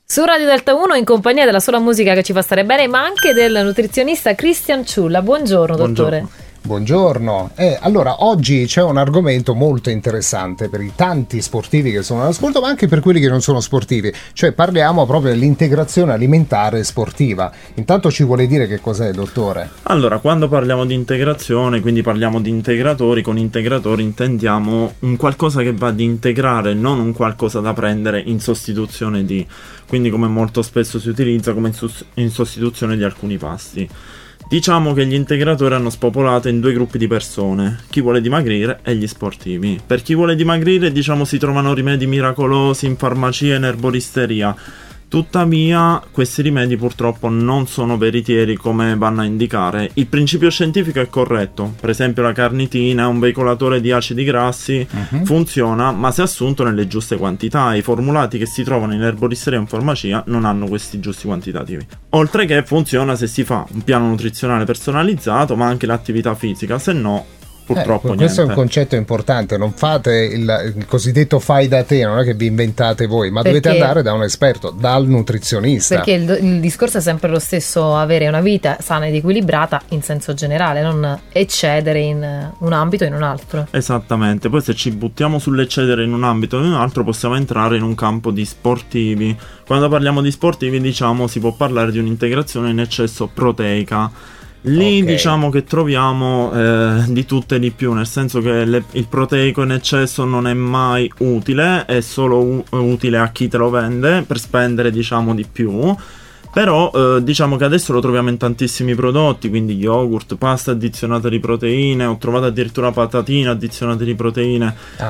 Su Radio Delta 1 in compagnia della sola musica che ci fa stare bene, ma anche del nutrizionista Christian Ciulla. Buongiorno dottore. Buongiorno. Allora, oggi c'è un argomento molto interessante per i tanti sportivi che sono all'ascolto, ma anche per quelli che non sono sportivi. Cioè parliamo proprio dell'integrazione alimentare sportiva. Intanto ci vuole dire che cos'è, dottore? Allora, quando parliamo di integrazione, quindi parliamo di integratori, con integratori intendiamo un qualcosa che va ad integrare, non un qualcosa da prendere in sostituzione di, quindi come molto spesso si utilizza come in sostituzione di alcuni pasti. Diciamo che gli integratori hanno spopolato in due gruppi di persone, chi vuole dimagrire e gli sportivi. Per chi vuole dimagrire, diciamo, si trovano rimedi miracolosi in farmacia e in erboristeria. Tuttavia, questi rimedi purtroppo non sono veritieri come vanno a indicare. Il principio scientifico è corretto, per esempio la carnitina è un veicolatore di acidi grassi, funziona, ma se assunto nelle giuste quantità. I formulati che si trovano in erboristeria e in farmacia non hanno questi giusti quantitativi. Oltre che funziona se si fa un piano nutrizionale personalizzato, ma anche l'attività fisica, se no purtroppo questo niente. è un concetto importante, non fate il cosiddetto fai da te, non è che vi inventate voi, ma dovete andare da un esperto, dal nutrizionista. Perché il discorso è sempre lo stesso: avere una vita sana ed equilibrata in senso generale, non eccedere in un ambito o in un altro. Esattamente, poi se ci buttiamo sull'eccedere in un ambito o in un altro possiamo entrare in un campo di sportivi. Quando parliamo di sportivi, diciamo, si può parlare di un'integrazione in eccesso proteica. Lì diciamo che troviamo di tutto e di più, nel senso che il proteico in eccesso non è mai utile, è solo utile a chi te lo vende per spendere, diciamo, di più. Però diciamo che adesso lo troviamo in tantissimi prodotti, quindi yogurt, pasta addizionate di proteine, ho trovato addirittura patatine addizionate di proteine.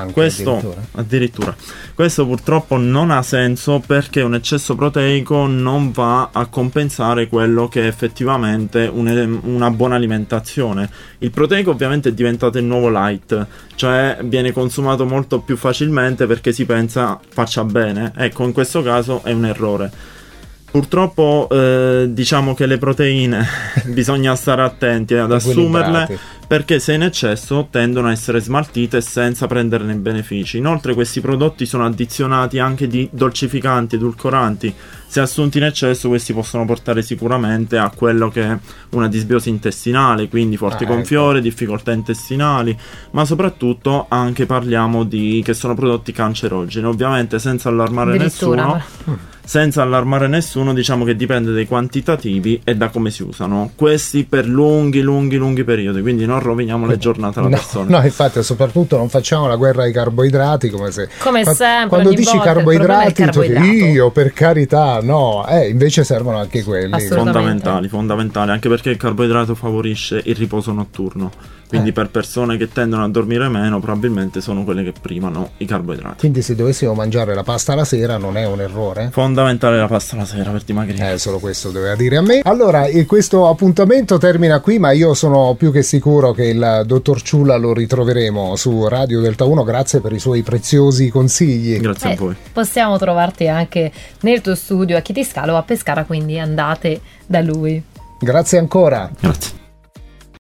Addirittura. Questo purtroppo non ha senso, perché un eccesso proteico non va a compensare quello che è effettivamente una buona alimentazione. Il proteico ovviamente è diventato il nuovo light, cioè viene consumato molto più facilmente perché si pensa faccia bene. Ecco, in questo caso è un errore. Purtroppo diciamo che le proteine bisogna stare attenti ad assumerle, perché se in eccesso tendono a essere smaltite senza prenderne i benefici. Inoltre questi prodotti sono addizionati anche di dolcificanti, edulcoranti. Se assunti in eccesso questi possono portare sicuramente a quello che è una disbiosi intestinale, quindi forti gonfiore, difficoltà intestinali, ma soprattutto anche parliamo di che sono prodotti cancerogeni. Ovviamente senza allarmare nessuno, diciamo che dipende dai quantitativi e da come si usano questi per lunghi periodi, quindi non roviniamo le giornate alla persona. No, infatti, soprattutto non facciamo la guerra ai carboidrati, come sempre quando dici volta, carboidrati tu dici, io per carità, no, invece servono anche quelli fondamentali, anche perché il carboidrato favorisce il riposo notturno. Quindi per persone che tendono a dormire meno, probabilmente sono quelle che primano i carboidrati. Quindi se dovessimo mangiare la pasta la sera non è un errore? Fondamentale la pasta la sera per dimagrire. Solo questo doveva dire a me. Allora, questo appuntamento termina qui, ma io sono più che sicuro che il dottor Ciulla lo ritroveremo su Radio Delta 1. Grazie per i suoi preziosi consigli. Grazie a voi. Possiamo trovarti anche nel tuo studio a Chitiscalo o a Pescara, quindi andate da lui. Grazie ancora. Grazie.